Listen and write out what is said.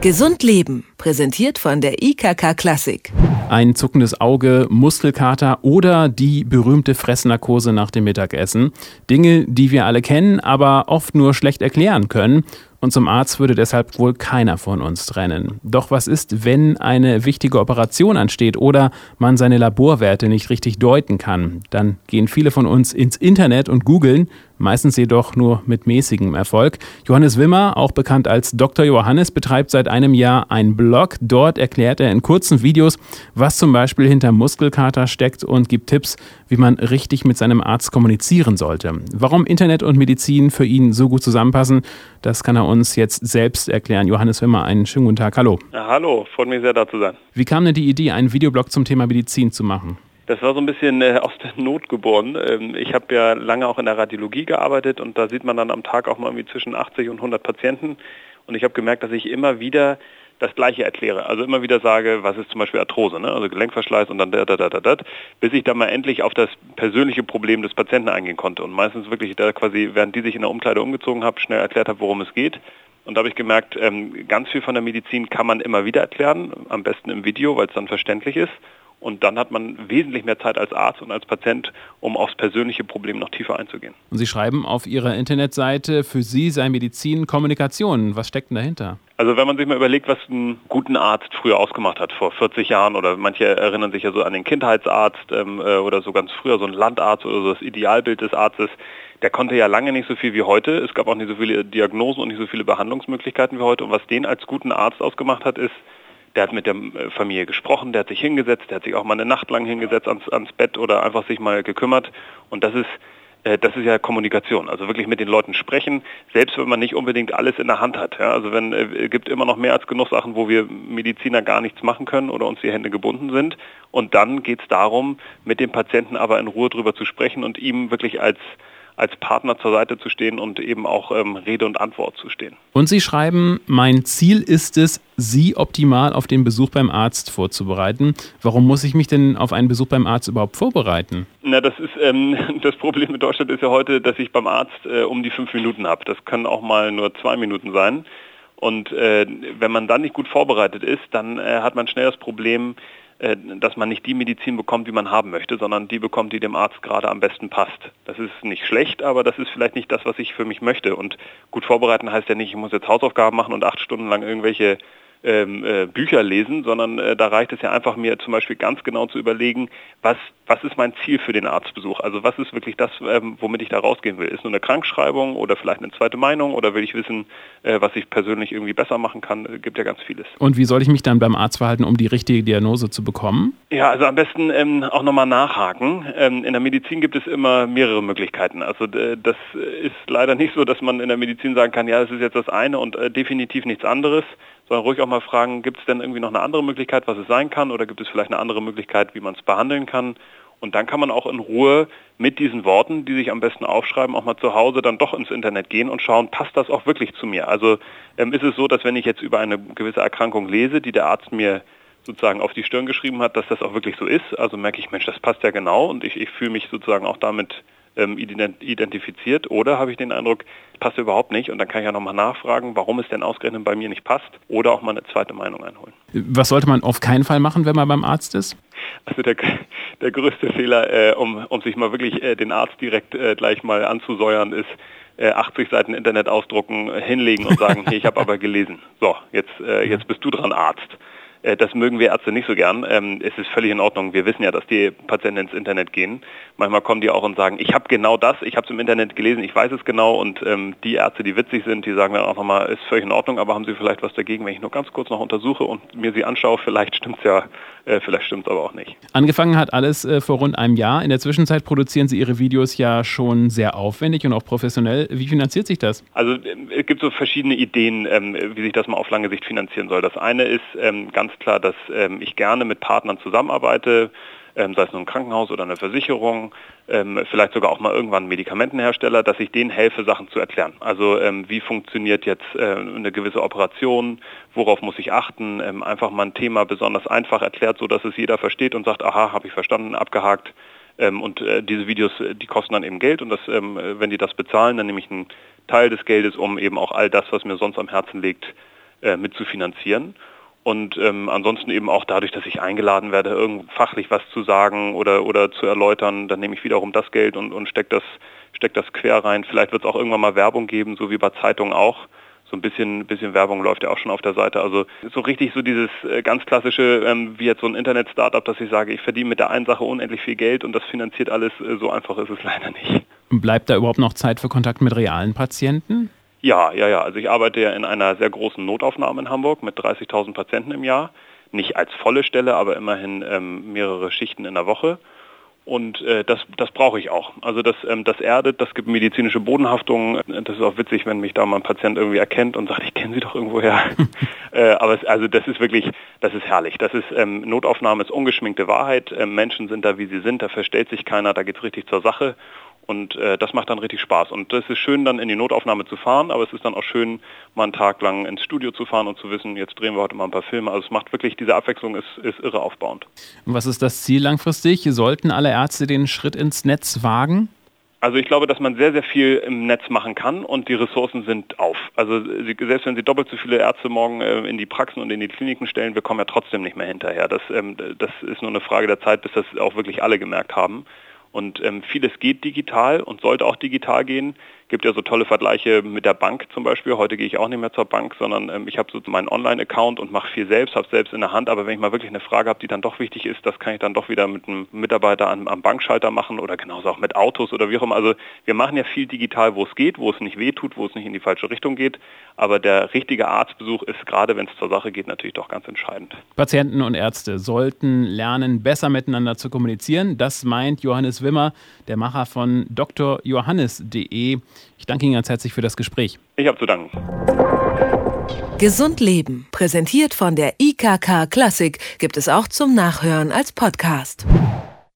Gesund leben, präsentiert von der IKK Klassik. Ein zuckendes Auge, Muskelkater oder die berühmte Fressnarkose nach dem Mittagessen. Dinge, die wir alle kennen, aber oft nur schlecht erklären können. Und zum Arzt würde deshalb wohl keiner von uns rennen. Doch was ist, wenn eine wichtige Operation ansteht oder man seine Laborwerte nicht richtig deuten kann? Dann gehen viele von uns ins Internet und googeln, meistens jedoch nur mit mäßigem Erfolg. Johannes Wimmer, auch bekannt als Dr. Johannes, betreibt seit einem Jahr einen Blog. Dort erklärt er in kurzen Videos, was zum Beispiel hinter Muskelkater steckt und gibt Tipps, wie man richtig mit seinem Arzt kommunizieren sollte. Warum Internet und Medizin für ihn so gut zusammenpassen, das kann er uns jetzt selbst erklären. Johannes Wimmer, einen schönen guten Tag. Hallo. Ja, hallo, freut mich sehr, da zu sein. Wie kam denn die Idee, einen Videoblog zum Thema Medizin zu machen? Das war so ein bisschen aus der Not geboren. Ich habe ja lange auch in der Radiologie gearbeitet und da sieht man dann am Tag auch mal irgendwie zwischen 80 und 100 Patienten. Und ich habe gemerkt, dass ich immer wieder das Gleiche erkläre. Also immer wieder sage, was ist zum Beispiel Arthrose, ne? Also Gelenkverschleiß und dann bis ich dann mal endlich auf das persönliche Problem des Patienten eingehen konnte. Und meistens wirklich da quasi, während die sich in der Umkleide umgezogen haben, schnell erklärt habe, worum es geht. Und da habe ich gemerkt, ganz viel von der Medizin kann man immer wieder erklären, am besten im Video, weil es dann verständlich ist. Und dann hat man wesentlich mehr Zeit als Arzt und als Patient, um aufs persönliche Problem noch tiefer einzugehen. Und Sie schreiben auf Ihrer Internetseite, für Sie sei Medizin Kommunikation. Was steckt denn dahinter? Also wenn man sich mal überlegt, was einen guten Arzt früher ausgemacht hat, vor 40 Jahren, oder manche erinnern sich ja so an den Kindheitsarzt oder so ganz früher so ein Landarzt oder so das Idealbild des Arztes, der konnte ja lange nicht so viel wie heute. Es gab auch nicht so viele Diagnosen und nicht so viele Behandlungsmöglichkeiten wie heute. Und was den als guten Arzt ausgemacht hat, ist, der hat mit der Familie gesprochen, der hat sich hingesetzt, der hat sich auch mal eine Nacht lang hingesetzt ans Bett oder einfach sich mal gekümmert. Und das ist ja Kommunikation, also wirklich mit den Leuten sprechen, selbst wenn man nicht unbedingt alles in der Hand hat. Ja? Also gibt immer noch mehr als genug Sachen, wo wir Mediziner gar nichts machen können oder uns die Hände gebunden sind. Und dann geht es darum, mit dem Patienten aber in Ruhe drüber zu sprechen und ihm wirklich als Partner zur Seite zu stehen und eben auch Rede und Antwort zu stehen. Und Sie schreiben, mein Ziel ist es, Sie optimal auf den Besuch beim Arzt vorzubereiten. Warum muss ich mich denn auf einen Besuch beim Arzt überhaupt vorbereiten? Na, das ist das Problem in Deutschland ist ja heute, dass ich beim Arzt um die 5 Minuten habe. Das können auch mal nur 2 Minuten sein. Und wenn man dann nicht gut vorbereitet ist, dann hat man schnell das Problem, dass man nicht die Medizin bekommt, wie man haben möchte, sondern die bekommt, die dem Arzt gerade am besten passt. Das ist nicht schlecht, aber das ist vielleicht nicht das, was ich für mich möchte. Und gut vorbereiten heißt ja nicht, ich muss jetzt Hausaufgaben machen und 8 Stunden lang irgendwelche Bücher lesen, sondern da reicht es ja einfach, mir zum Beispiel ganz genau zu überlegen, was ist mein Ziel für den Arztbesuch? Also was ist wirklich das, womit ich da rausgehen will? Ist nur eine Krankschreibung oder vielleicht eine zweite Meinung oder will ich wissen, was ich persönlich irgendwie besser machen kann? Gibt ja ganz vieles. Und wie soll ich mich dann beim Arzt verhalten, um die richtige Diagnose zu bekommen? Ja, also am besten auch nochmal nachhaken. In der Medizin gibt es immer mehrere Möglichkeiten. Also das ist leider nicht so, dass man in der Medizin sagen kann, ja, das ist jetzt das eine und definitiv nichts anderes, sondern ruhig auch mal fragen, gibt es denn irgendwie noch eine andere Möglichkeit, was es sein kann, oder gibt es vielleicht eine andere Möglichkeit, wie man es behandeln kann? Und dann kann man auch in Ruhe mit diesen Worten, die sich am besten aufschreiben, auch mal zu Hause dann doch ins Internet gehen und schauen, passt das auch wirklich zu mir? Also ist es so, dass wenn ich jetzt über eine gewisse Erkrankung lese, die der Arzt mir sozusagen auf die Stirn geschrieben hat, dass das auch wirklich so ist? Also merke ich, Mensch, das passt ja genau und ich fühle mich sozusagen auch damit identifiziert, oder habe ich den Eindruck, passt überhaupt nicht, und dann kann ich ja nochmal nachfragen, warum es denn ausgerechnet bei mir nicht passt, oder auch mal eine zweite Meinung einholen. Was sollte man auf keinen Fall machen, wenn man beim Arzt ist? Also der größte Fehler, um sich mal wirklich den Arzt direkt gleich mal anzusäuern, ist 80 Seiten Internet ausdrucken, hinlegen und sagen, hey, ich habe aber gelesen. So, jetzt bist du dran, Arzt. Das mögen wir Ärzte nicht so gern. Es ist völlig in Ordnung. Wir wissen ja, dass die Patienten ins Internet gehen. Manchmal kommen die auch und sagen, ich habe genau das, ich habe es im Internet gelesen, ich weiß es genau. Und die Ärzte, die witzig sind, die sagen dann auch nochmal, ist völlig in Ordnung, aber haben Sie vielleicht was dagegen, wenn ich nur ganz kurz noch untersuche und mir sie anschaue? Vielleicht stimmt's ja, vielleicht stimmt's aber auch nicht. Angefangen hat alles vor rund einem Jahr. In der Zwischenzeit produzieren Sie Ihre Videos ja schon sehr aufwendig und auch professionell. Wie finanziert sich das? Also es gibt so verschiedene Ideen, wie sich das mal auf lange Sicht finanzieren soll. Das eine ist ganz klar, dass ich gerne mit Partnern zusammenarbeite, sei es nun ein Krankenhaus oder eine Versicherung, vielleicht sogar auch mal irgendwann ein Medikamentenhersteller, dass ich denen helfe, Sachen zu erklären. Also wie funktioniert jetzt eine gewisse Operation, worauf muss ich achten, einfach mal ein Thema besonders einfach erklärt, sodass es jeder versteht und sagt, aha, habe ich verstanden, abgehakt. Und diese Videos, die kosten dann eben Geld, und wenn die das bezahlen, dann nehme ich einen Teil des Geldes, um eben auch all das, was mir sonst am Herzen liegt, mitzufinanzieren. Und ansonsten eben auch dadurch, dass ich eingeladen werde, irgend fachlich was zu sagen oder zu erläutern, dann nehme ich wiederum das Geld und steck das quer rein. Vielleicht wird es auch irgendwann mal Werbung geben, so wie bei Zeitungen auch. So ein bisschen Werbung läuft ja auch schon auf der Seite. Also so richtig so dieses ganz klassische, wie jetzt so ein Internet-Startup, dass ich sage, ich verdiene mit der einen Sache unendlich viel Geld und das finanziert alles, so einfach ist es leider nicht. Bleibt da überhaupt noch Zeit für Kontakt mit realen Patienten? Ja. Also ich arbeite ja in einer sehr großen Notaufnahme in Hamburg mit 30.000 Patienten im Jahr. Nicht als volle Stelle, aber immerhin mehrere Schichten in der Woche. Und das brauche ich auch. Also das erdet, das gibt medizinische Bodenhaftung. Das ist auch witzig, wenn mich da mal ein Patient irgendwie erkennt und sagt, ich kenne Sie doch irgendwoher. Aber das ist wirklich, das ist herrlich. Das ist Notaufnahme ist ungeschminkte Wahrheit. Menschen sind da, wie sie sind. Da verstellt sich keiner. Da geht es richtig zur Sache. Und das macht dann richtig Spaß. Und das ist schön, dann in die Notaufnahme zu fahren, aber es ist dann auch schön, mal einen Tag lang ins Studio zu fahren und zu wissen, jetzt drehen wir heute mal ein paar Filme. Also es macht wirklich, diese Abwechslung ist irre aufbauend. Und was ist das Ziel langfristig? Sollten alle Ärzte den Schritt ins Netz wagen? Also ich glaube, dass man sehr, sehr viel im Netz machen kann und die Ressourcen sind auf. Also selbst wenn Sie doppelt so viele Ärzte morgen in die Praxen und in die Kliniken stellen, wir kommen ja trotzdem nicht mehr hinterher. Das ist nur eine Frage der Zeit, bis das auch wirklich alle gemerkt haben. Und vieles geht digital und sollte auch digital gehen. Gibt ja so tolle Vergleiche mit der Bank zum Beispiel. Heute gehe ich auch nicht mehr zur Bank, sondern ich habe so meinen Online-Account und mache viel selbst, habe es selbst in der Hand. Aber wenn ich mal wirklich eine Frage habe, die dann doch wichtig ist, das kann ich dann doch wieder mit einem Mitarbeiter am Bankschalter machen oder genauso auch mit Autos oder wie auch immer. Also wir machen ja viel digital, wo es geht, wo es nicht wehtut, wo es nicht in die falsche Richtung geht. Aber der richtige Arztbesuch ist, gerade wenn es zur Sache geht, natürlich doch ganz entscheidend. Patienten und Ärzte sollten lernen, besser miteinander zu kommunizieren. Das meint Johannes Wimmer, der Macher von drjohannes.de. Ich danke Ihnen ganz herzlich für das Gespräch. Ich habe zu danken. Gesund Leben, präsentiert von der IKK Klassik, gibt es auch zum Nachhören als Podcast.